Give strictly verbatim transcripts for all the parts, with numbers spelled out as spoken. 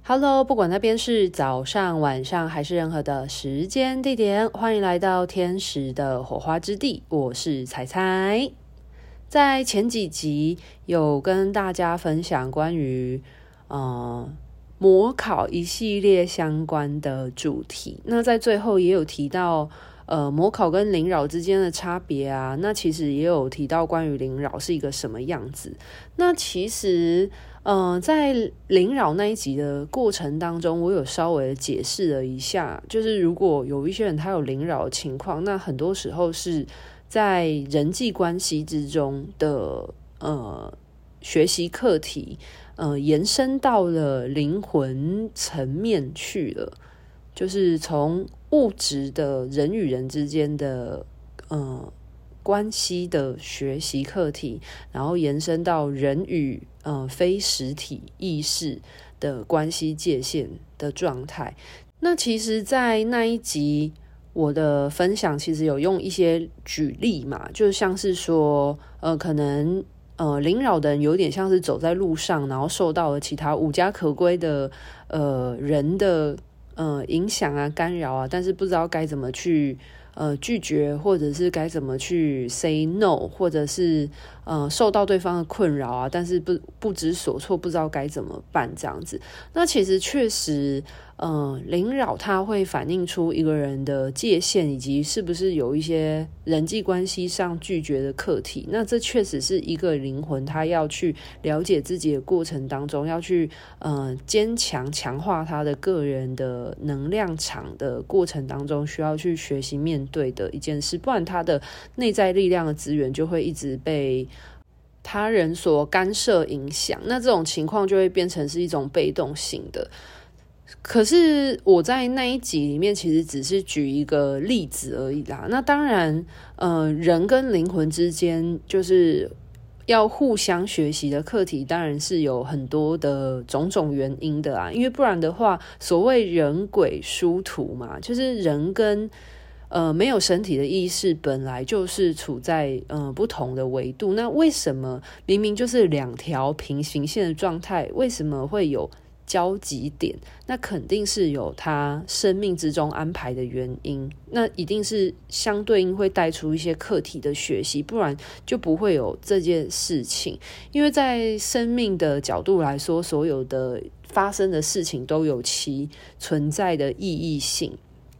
Hello， 不管那边是早上、晚上还是任何的时间地点，欢迎来到天使的火花之地，我是彩彩。在前几集有跟大家分享关于呃模考一系列相关的主题，那在最后也有提到呃模考跟灵扰之间的差别啊，那其实也有提到关于灵扰是一个什么样子。那其实呃在灵扰那一集的过程当中，我有稍微解释了一下，就是如果有一些人他有灵扰的情况，那很多时候是在人际关系之中的呃学习课题呃延伸到了灵魂层面去了，就是从物质的人与人之间的呃关系的学习课题，然后延伸到人与呃非实体意识的关系界限的状态。那其实在那一集我的分享其实有用一些举例嘛，就像是说呃可能呃灵扰的人有点像是走在路上，然后受到了其他无家可归的呃人的呃影响啊干扰啊，但是不知道该怎么去呃拒绝，或者是该怎么去 say no， 或者是呃受到对方的困扰啊，但是不不知所措，不知道该怎么办这样子。那其实确实呃灵扰它会反映出一个人的界限，以及是不是有一些人际关系上拒绝的课题。那这确实是一个灵魂他要去了解自己的过程当中，要去呃坚强强化他的个人的能量场的过程当中，需要去学习面对的一件事，不然他的内在力量的资源就会一直被他人所干涉影响，那这种情况就会变成是一种被动性的。可是我在那一集里面其实只是举一个例子而已啦。那当然呃，人跟灵魂之间就是要互相学习的课题，当然是有很多的种种原因的啊。因为不然的话，所谓人鬼殊途嘛，就是人跟呃没有身体的意识本来就是处在呃不同的维度。那为什么明明就是两条平行线的状态，为什么会有交集点？那肯定是有他生命之中安排的原因，那一定是相对应会带出一些课题的学习，不然就不会有这件事情。因为在生命的角度来说，所有的发生的事情都有其存在的意义性。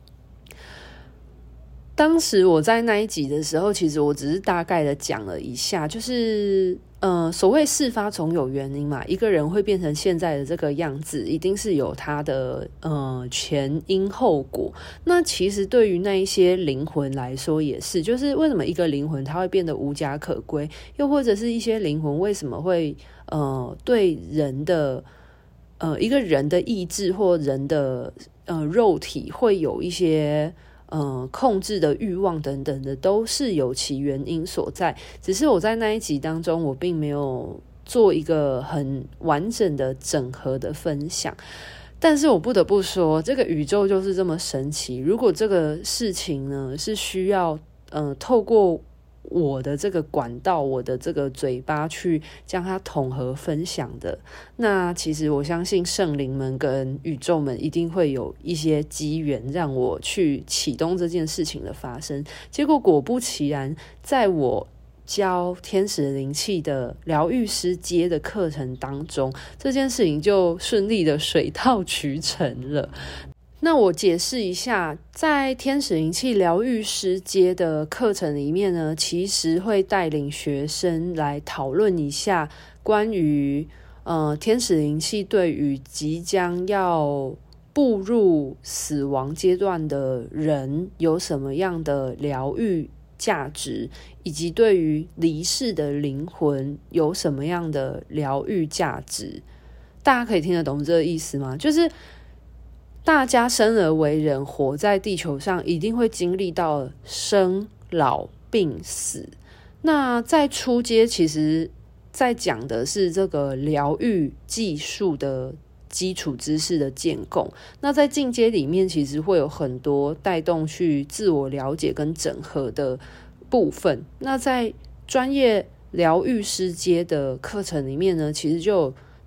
当时我在那一集的时候，其实我只是大概的讲了一下，就是呃，所谓事发总有原因嘛，一个人会变成现在的这个样子，一定是有他的呃前因后果。那其实对于那一些灵魂来说也是，就是为什么一个灵魂它会变得无家可归，又或者是一些灵魂为什么会呃对人的呃一个人的意志或人的呃肉体会有一些呃，控制的欲望等等的，都是有其原因所在。只是我在那一集当中，我并没有做一个很完整的整合的分享。但是我不得不说，这个宇宙就是这么神奇。如果这个事情呢，是需要呃透过我的这个管道，我的这个嘴巴去将它统合分享的，那其实我相信圣灵们跟宇宙们一定会有一些机缘让我去启动这件事情的发生。结果果不其然，在我教天使灵气的疗愈师阶的课程当中，这件事情就顺利的水到渠成了。那我解释一下，在天使灵气疗愈师阶的课程里面呢，其实会带领学生来讨论一下关于呃天使灵气对于即将要步入死亡阶段的人有什么样的疗愈价值，以及对于离世的灵魂有什么样的疗愈价值。大家可以听得懂这个意思吗？就是大家生而为人，活在地球上，一定会经历到生老病死。那在初阶，其实在讲的是这个疗愈技术的基础知识的建构。那在进阶里面，其实会有很多带动去自我了解跟整合的部分。那在专业疗愈师阶的课程里面呢，其实就有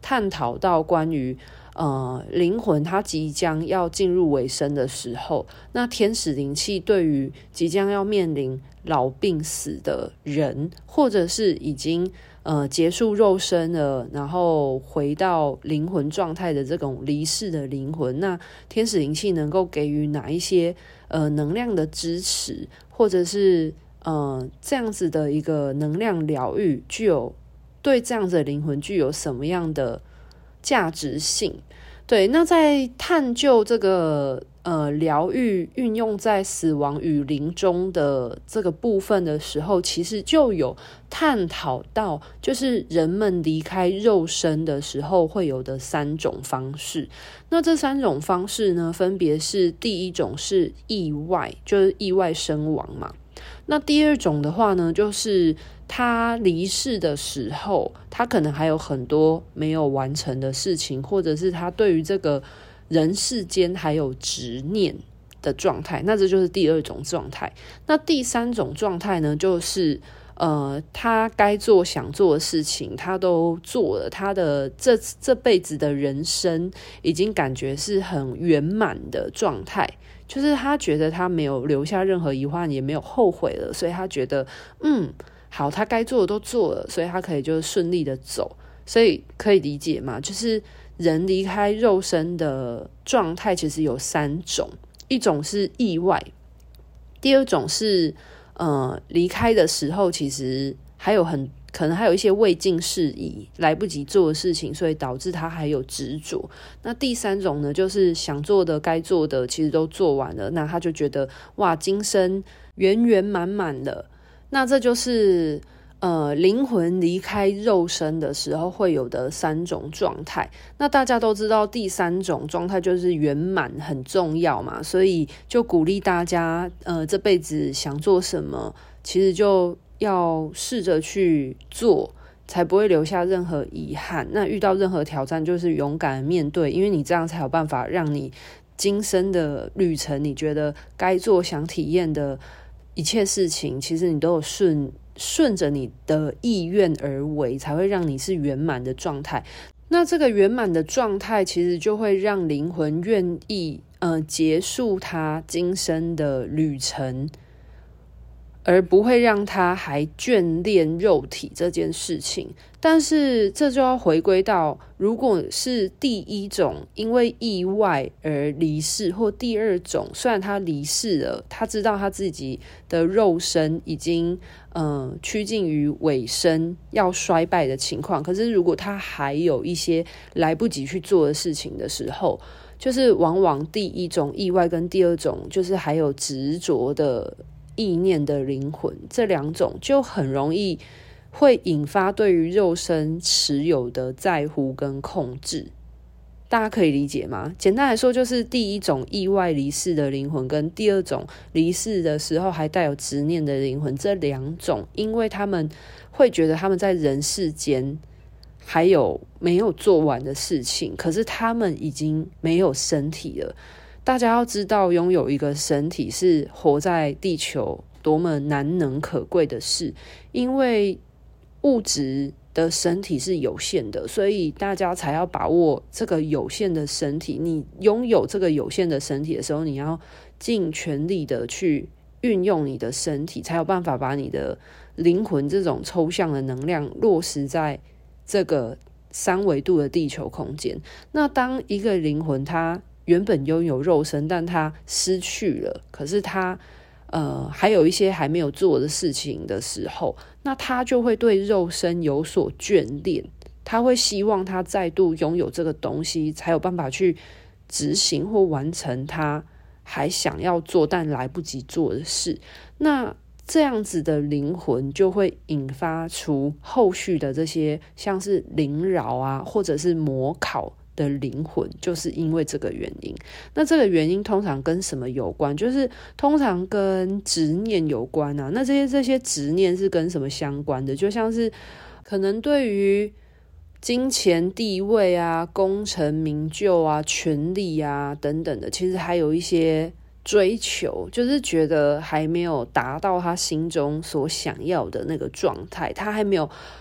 探讨到关于呃灵魂它即将要进入尾声的时候，那天使灵气对于即将要面临老病死的人，或者是已经呃结束肉身了，然后回到灵魂状态的这种离世的灵魂，那天使灵气能够给予哪一些呃能量的支持，或者是呃这样子的一个能量疗愈，具有对这样子的灵魂具有什么样的价值性？对，那在探究这个呃疗愈运用在死亡与临终的这个部分的时候，其实就有探讨到，就是人们离开肉身的时候会有的三种方式。那这三种方式呢，分别是第一种是意外，就是意外身亡嘛。那第二种的话呢，就是他离世的时候，他可能还有很多没有完成的事情，或者是他对于这个人世间还有执念的状态，那这就是第二种状态。那第三种状态呢，就是呃，他该做想做的事情他都做了，他的这这辈子的人生已经感觉是很圆满的状态，就是他觉得他没有留下任何遗憾，也没有后悔了，所以他觉得嗯好，他该做的都做了，所以他可以就是顺利的走。所以可以理解嘛，就是人离开肉身的状态其实有三种，一种是意外，第二种是呃离开的时候其实还有很可能还有一些未尽事宜来不及做的事情，所以导致他还有执着。那第三种呢，就是想做的该做的其实都做完了，那他就觉得哇今生圆圆满满的。那这就是呃，灵魂离开肉身的时候会有的三种状态。那大家都知道第三种状态就是圆满很重要嘛，所以就鼓励大家呃，这辈子想做什么其实就要试着去做，才不会留下任何遗憾。那遇到任何挑战就是勇敢面对，因为你这样才有办法让你今生的旅程，你觉得该做想体验的一切事情，其实你都有顺顺着你的意愿而为，才会让你是圆满的状态。那这个圆满的状态其实就会让灵魂愿意呃结束他今生的旅程，而不会让他还眷恋肉体这件事情。但是这就要回归到，如果是第一种因为意外而离世，或第二种虽然他离世了，他知道他自己的肉身已经呃趋近于尾声要衰败的情况，可是如果他还有一些来不及去做的事情的时候，就是往往第一种意外跟第二种就是还有执着的意念的灵魂，这两种就很容易会引发对于肉身持有的在乎跟控制。大家可以理解吗？简单来说，就是第一种意外离世的灵魂跟第二种离世的时候还带有执念的灵魂，这两种因为他们会觉得他们在人世间还有没有做完的事情，可是他们已经没有身体了。大家要知道，拥有一个身体是活在地球多么难能可贵的事，因为物质的身体是有限的，所以大家才要把握这个有限的身体。你拥有这个有限的身体的时候，你要尽全力的去运用你的身体，才有办法把你的灵魂这种抽象的能量落实在这个三维度的地球空间。那当一个灵魂它原本拥有肉身，但它失去了，可是它呃还有一些还没有做的事情的时候，那他就会对肉身有所眷恋，他会希望他再度拥有这个东西，才有办法去执行或完成他还想要做但来不及做的事。那这样子的灵魂就会引发出后续的这些像是灵扰啊，或者是魔考的灵魂，就是因为这个原因。那这个原因通常跟什么有关？就是通常跟执念有关啊。那这些这些执念是跟什么相关的？就像是可能对于金钱、地位啊、功成名就啊、权力啊等等的，其实还有一些追求，就是觉得还没有达到他心中所想要的那个状态，他还没有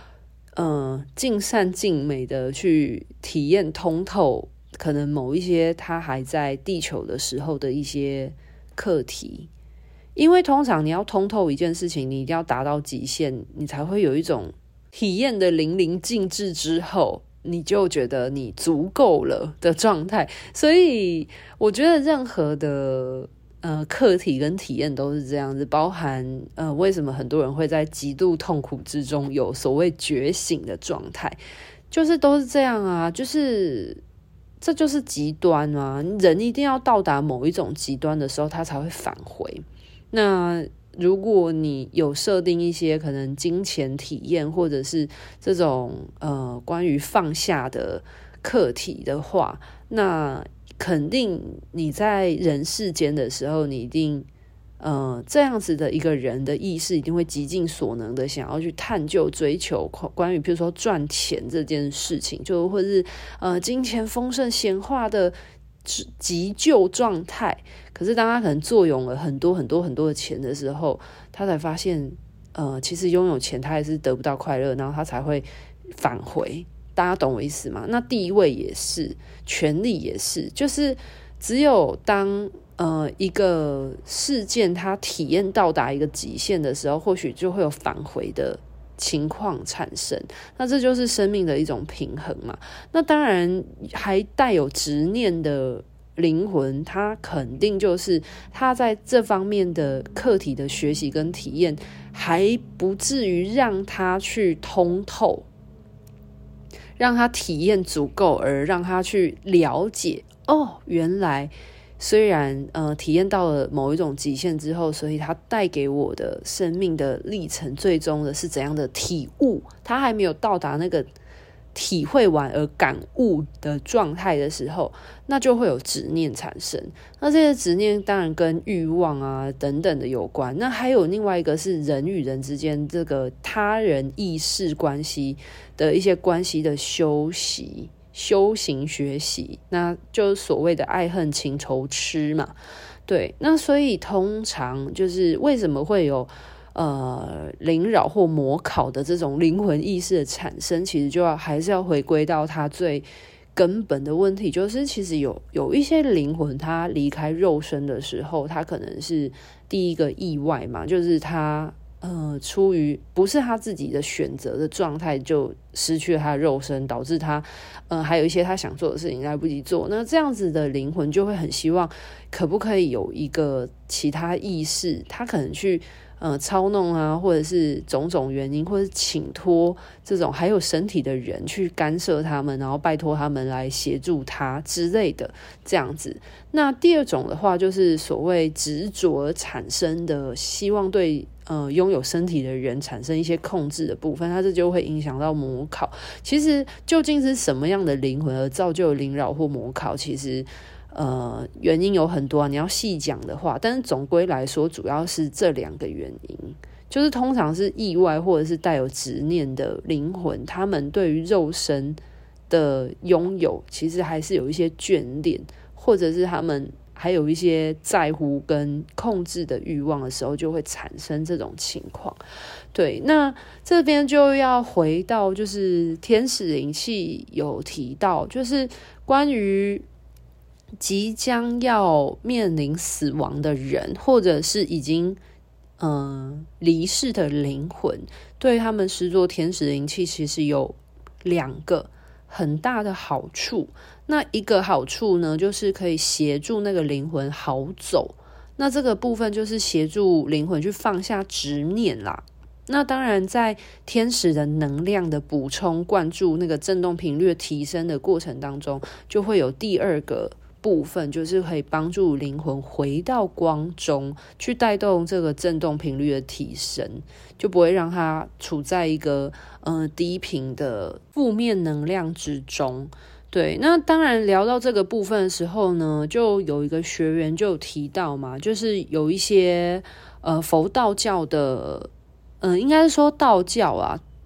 呃尽善尽美的去体验通透可能某一些他还在地球的时候的一些课题。因为通常你要通透一件事情，你一定要达到极限，你才会有一种体验的淋漓尽致之后，你就觉得你足够了的状态。所以我觉得任何的呃课题跟体验都是这样子，包含呃为什么很多人会在极度痛苦之中有所谓觉醒的状态，就是都是这样啊，就是这就是极端啊，人一定要到达某一种极端的时候，他才会返回。那如果你有设定一些可能金钱体验或者是这种呃关于放下的课题的话，那肯定你在人世间的时候，你一定呃这样子的一个人的意识一定会极尽所能的想要去探究追求关于比如说赚钱这件事情，就或者是呃金钱丰盛显化的急救状态。可是当他可能坐拥了很多很多很多的钱的时候，他才发现呃，其实拥有钱他还是得不到快乐，然后他才会返回。大家懂我意思吗？那地位也是，权力也是，就是只有当呃一个事件他体验到达一个极限的时候，或许就会有返回的情况产生。那这就是生命的一种平衡嘛。那当然还带有执念的灵魂，他肯定就是他在这方面的课题的学习跟体验还不至于让他去通透，让他体验足够，而让他去了解哦，原来虽然呃体验到了某一种极限之后，所以他带给我的生命的历程最终的是怎样的体悟，他还没有到达那个体会完而感悟的状态的时候，那就会有执念产生。那这些执念当然跟欲望啊等等的有关。那还有另外一个是人与人之间这个他人意识关系的一些关系的修习修行学习，那就是所谓的爱恨情仇痴嘛。对，那所以通常就是为什么会有呃灵扰或魔考的这种灵魂意识的产生，其实就要还是要回归到它最根本的问题，就是其实有有一些灵魂它离开肉身的时候，它可能是第一个意外嘛，就是它呃出于不是他自己的选择的状态，就失去了他的肉身，导致他呃还有一些他想做的事情来不及做。那这样子的灵魂就会很希望可不可以有一个其他意识，他可能去呃操弄啊，或者是种种原因，或者是请托这种还有身体的人去干涉他们，然后拜托他们来协助他之类的这样子。那第二种的话，就是所谓执着而产生的希望对呃拥有身体的人产生一些控制的部分，它这就会影响到魔考。其实究竟是什么样的灵魂而造就灵扰或魔考，其实呃，原因有很多啊，你要细讲的话，但是总归来说，主要是这两个原因，就是通常是意外或者是带有执念的灵魂，他们对于肉身的拥有，其实还是有一些眷恋，或者是他们还有一些在乎跟控制的欲望的时候，就会产生这种情况。对，那这边就要回到，就是天使灵气有提到，就是关于即将要面临死亡的人，或者是已经嗯离世的灵魂，对他们施作天使灵气其实有两个很大的好处。那一个好处呢，就是可以协助那个灵魂好走。那这个部分就是协助灵魂去放下执念啦。那当然在天使的能量的补充灌注，那个振动频率提升的过程当中，就会有第二个部分，就是可以帮助灵魂回到光中，去带动这个振动频率的提升，就不会让它处在一个呃低频的负面能量之中。对，那当然聊到这个部分的时候呢，就有一个学员就有提到嘛，就是有一些呃佛道教的，嗯、呃，应该是说道教啊，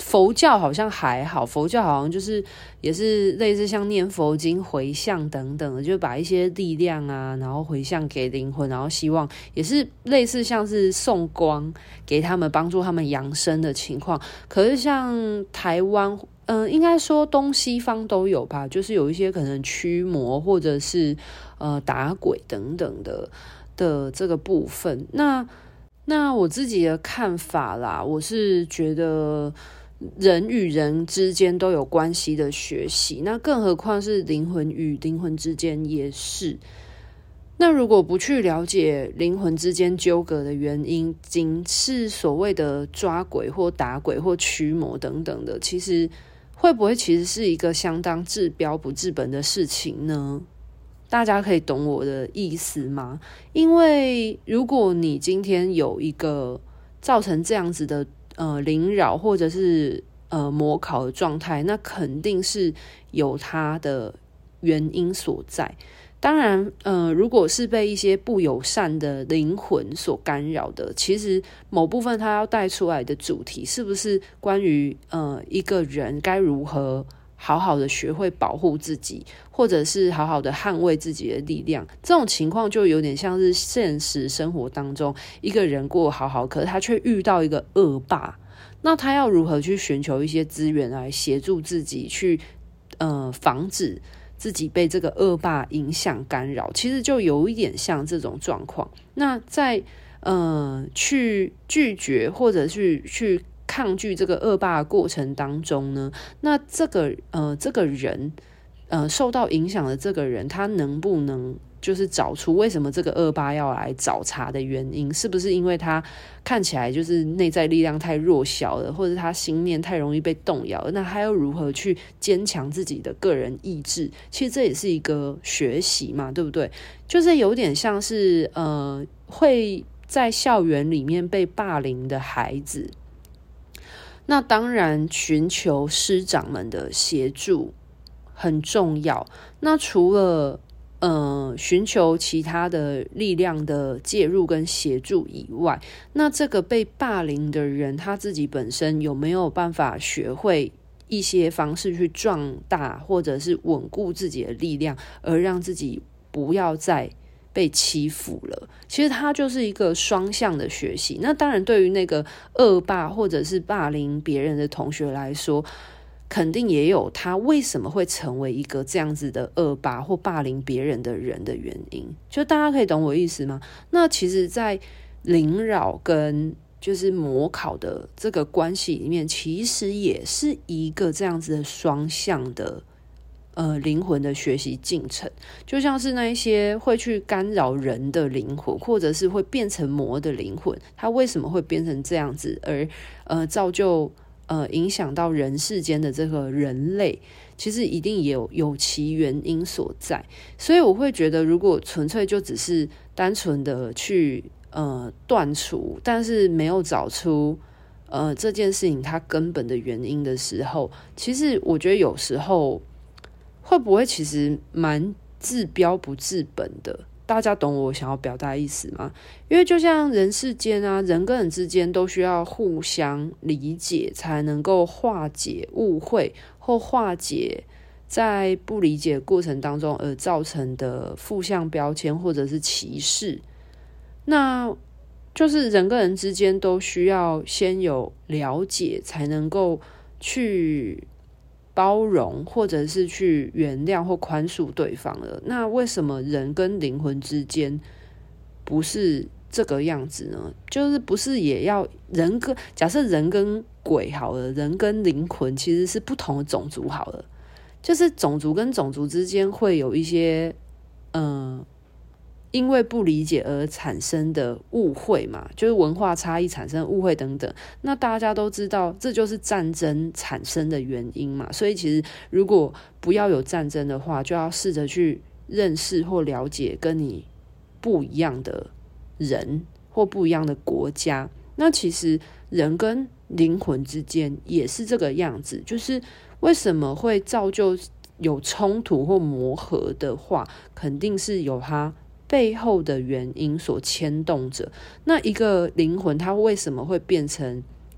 佛教好像还好，佛教好像就是也是类似像念佛经、回向等等的，就把一些力量啊，然后回向给灵魂，然后希望也是类似像是送光给他们，帮助他们扬升的情况。可是像台湾，嗯、呃，应该说东西方都有吧，就是有一些可能驱魔或者是呃打鬼等等的的这个部分。那那我自己的看法啦，我是觉得人与人之间都有关系的学习，那更何况是灵魂与灵魂之间也是。那如果不去了解灵魂之间纠葛的原因，仅是所谓的抓鬼或打鬼或驱魔等等的，其实会不会其实是一个相当治标不治本的事情呢？大家可以懂我的意思吗？因为如果你今天有一个造成这样子的呃灵扰或者是呃魔考的状态，那肯定是有它的原因所在。当然呃如果是被一些不友善的灵魂所干扰的，其实某部分它要带出来的主题是不是关于呃一个人该如何好好的学会保护自己，或者是好好的捍卫自己的力量，这种情况就有点像是现实生活当中一个人过得好好，可是他却遇到一个恶霸，那他要如何去寻求一些资源来协助自己去呃防止自己被这个恶霸影响干扰，其实就有一点像这种状况。那在呃去拒绝或者去去抗拒这个恶霸的过程当中呢，那这个呃这个人呃受到影响的这个人，他能不能就是找出为什么这个恶霸要来找茬的原因？是不是因为他看起来就是内在力量太弱小了，或者他心念太容易被动摇了？那他要如何去坚强自己的个人意志？其实这也是一个学习嘛，对不对？就是有点像是呃会在校园里面被霸凌的孩子，那当然寻求师长们的协助很重要。那除了呃寻求其他的力量的介入跟协助以外，那这个被霸凌的人他自己本身有没有办法学会一些方式去壮大或者是稳固自己的力量，而让自己不要再被欺负了？其实它就是一个双向的学习。那当然对于那个恶霸或者是霸凌别人的同学来说，肯定也有他为什么会成为一个这样子的恶霸或霸凌别人的人的原因。就大家可以懂我意思吗？那其实在灵扰跟就是魔考的这个关系里面，其实也是一个这样子的双向的呃，灵魂的学习进程。就像是那一些会去干扰人的灵魂，或者是会变成魔的灵魂，它为什么会变成这样子，而呃造就呃影响到人世间的这个人类，其实一定也有有其原因所在。所以我会觉得，如果纯粹就只是单纯的去呃断除，但是没有找出呃这件事情它根本的原因的时候，其实我觉得有时候会不会其实蛮治标不治本的？大家懂我想要表达的意思吗？因为就像人世间啊，人跟人之间都需要互相理解，才能够化解误会或化解在不理解过程当中而造成的负向标签或者是歧视。那就是人跟人之间都需要先有了解，才能够去包容或者是去原谅或宽恕对方了。那为什么人跟灵魂之间不是这个样子呢？就是不是也要人跟假设人跟鬼好了，人跟灵魂其实是不同的种族好了，就是种族跟种族之间会有一些嗯、呃因为不理解而产生的误会嘛，就是文化差异产生的误会等等。那大家都知道，这就是战争产生的原因嘛。所以其实如果不要有战争的话，就要试着去认识或了解跟你不一样的人或不一样的国家。那其实人跟灵魂之间也是这个样子，就是为什么会造就有冲突或磨合的话，肯定是有它背后的原因所牵动着。那一个灵魂它为什么会变成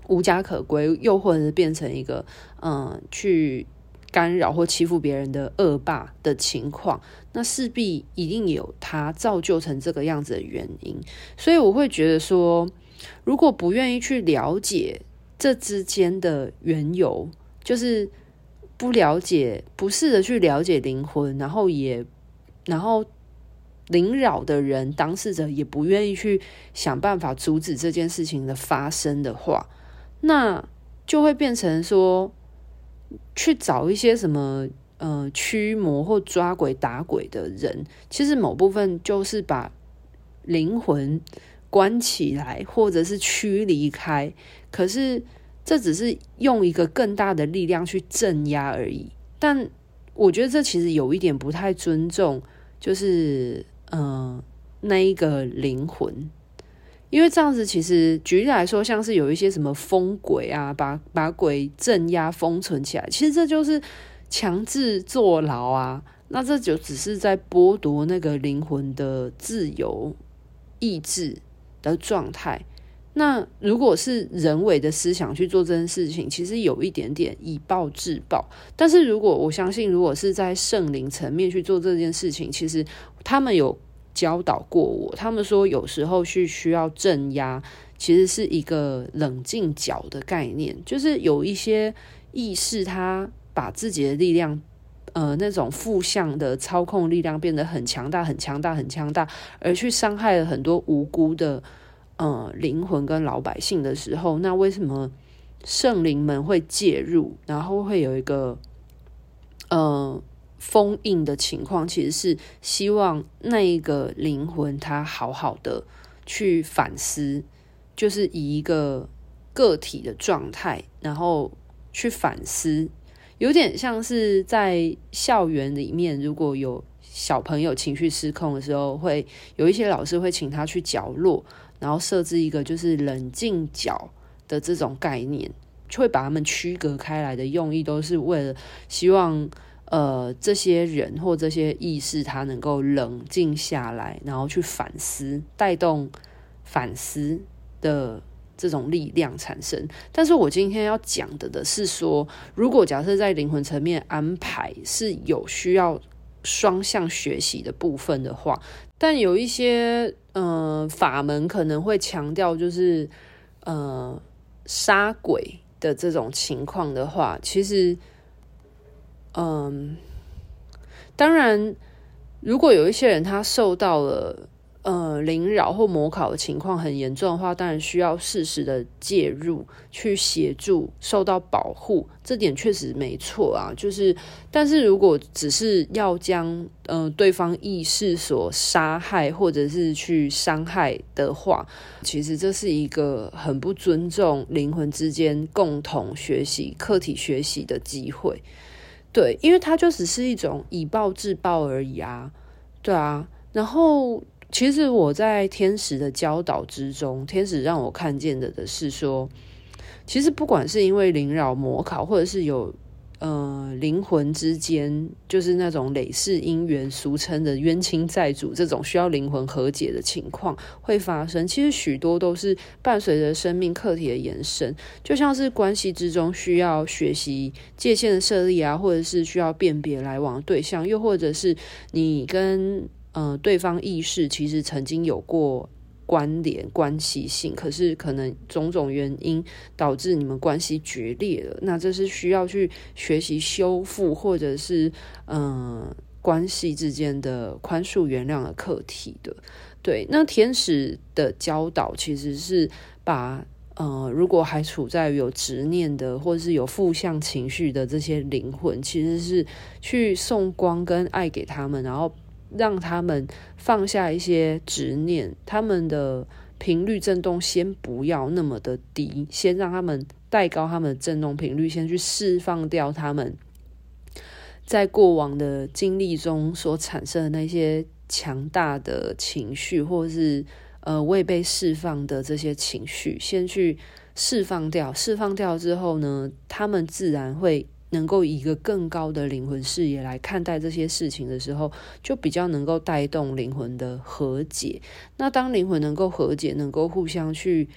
无家可归，又或者是变成一个嗯去干扰或欺负别人的恶霸的情况，那势必一定有他造就成这个样子的原因。所以我会觉得说，如果不愿意去了解这之间的缘由，就是不了解，不试着去了解灵魂，然后也然后灵扰的人当事者也不愿意去想办法阻止这件事情的发生的话，那就会变成说去找一些什么呃驱魔或抓鬼打鬼的人，其实某部分就是把灵魂关起来或者是驱离开，可是这只是用一个更大的力量去镇压而已。但我觉得这其实有一点不太尊重，就是呃那一个灵魂。因为这样子其实举例来说，像是有一些什么封鬼啊，把把鬼镇压封存起来，其实这就是强制坐牢啊，那这就只是在剥夺那个灵魂的自由意志的状态。那如果是人为的思想去做这件事情，其实有一点点以暴制暴。但是如果我相信，如果是在圣灵层面去做这件事情，其实他们有教导过我，他们说有时候是需要镇压，其实是一个冷静角的概念，就是有一些意识他把自己的力量呃，那种负向的操控力量变得很强大很强大很强大，而去伤害了很多无辜的呃灵魂跟老百姓的时候，那为什么圣灵们会介入，然后会有一个呃封印的情况，其实是希望那一个灵魂他好好的去反思，就是以一个个体的状态，然后去反思，有点像是在校园里面，如果有小朋友情绪失控的时候，会有一些老师会请他去角落，然后设置一个就是冷静角的这种概念，就会把他们区隔开来的用意，都是为了希望呃这些人或这些意识他能够冷静下来，然后去反思，带动反思的这种力量产生。但是我今天要讲的的是说，如果假设在灵魂层面安排是有需要双向学习的部分的话，但有一些呃法门可能会强调就是呃杀鬼的这种情况的话，其实嗯、呃，当然如果有一些人他受到了呃，灵扰或魔考的情况很严重的话，当然需要适时的介入，去协助受到保护，这点确实没错啊。就是，但是如果只是要将呃对方意识所杀害，或者是去伤害的话，其实这是一个很不尊重灵魂之间共同学习、客体学习的机会。对，因为它就只是一种以暴制暴而已啊。对啊，然后。其实我在天使的教导之中，天使让我看见的的是说，其实不管是因为灵扰魔考，或者是有呃灵魂之间就是那种累世姻缘，俗称的冤亲债主，这种需要灵魂和解的情况会发生，其实许多都是伴随着生命课题的延伸，就像是关系之中需要学习界限的设立啊，或者是需要辨别来往的对象，又或者是你跟呃，对方意识其实曾经有过关联关系性，可是可能种种原因导致你们关系决裂了，那这是需要去学习修复，或者是嗯、呃、关系之间的宽恕原谅的课题的。对，那天使的教导其实是把呃，如果还处在于有执念的，或者是有负向情绪的这些灵魂，其实是去送光跟爱给他们，然后让他们放下一些执念，他们的频率振动先不要那么的低，先让他们带高他们的振动频率，先去释放掉他们在过往的经历中所产生的那些强大的情绪，或是呃未被释放的这些情绪，先去释放掉。释放掉之后呢，他们自然会能够以一个更高的灵魂视野来看待这些事情的时候，就比较能够带动灵魂的和解。那当灵魂能够和解，能够互相去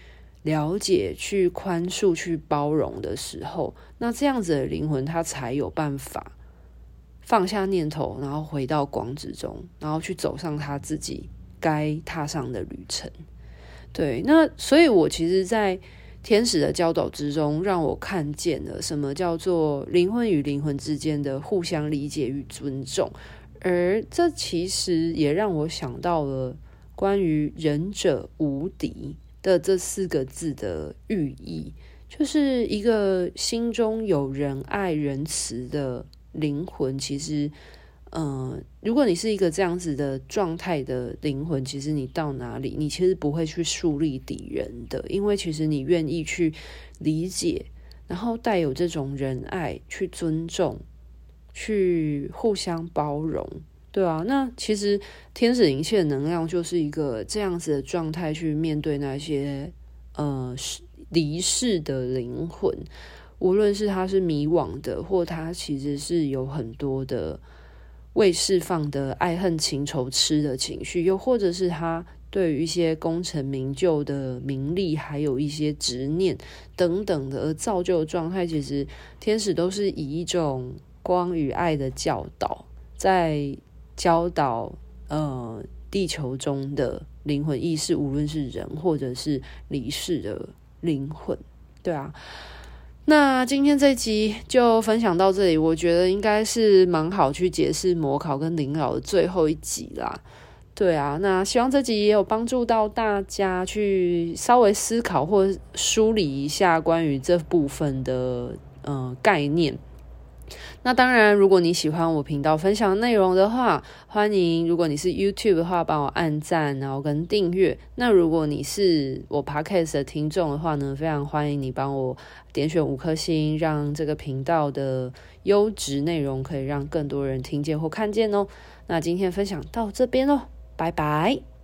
了解、去宽恕、去包容的时候，那这样子的灵魂它才有办法放下念头，然后回到光之中，然后去走上他自己该踏上的旅程。对，那所以我其实在天使的教导之中，让我看见了什么叫做灵魂与灵魂之间的互相理解与尊重，而这其实也让我想到了关于仁者无敌的这四个字的寓意，就是一个心中有仁爱仁慈的灵魂，其实呃，如果你是一个这样子的状态的灵魂，其实你到哪里你其实不会去树立敌人的，因为其实你愿意去理解，然后带有这种仁爱，去尊重，去互相包容，对啊，那其实天使灵气的能量就是一个这样子的状态，去面对那些呃离世的灵魂，无论是他是迷惘的，或他其实是有很多的未释放的爱恨情仇痴的情绪，又或者是他对于一些功成名就的名利还有一些执念等等的而造就的状态，其实天使都是以一种光与爱的教导在教导呃地球中的灵魂意识，无论是人或者是离世的灵魂。对啊，那今天这集就分享到这里，我觉得应该是蛮好去解释魔考跟灵老的最后一集啦。对啊，那希望这集也有帮助到大家去稍微思考或梳理一下关于这部分的呃概念。那当然，如果你喜欢我频道分享的内容的话，欢迎如果你是 YouTube 的话帮我按赞然后跟订阅，那如果你是我 Podcast 的听众的话呢，非常欢迎你帮我点选五颗星，让这个频道的优质内容可以让更多人听见或看见哦。那今天分享到这边咯，拜拜。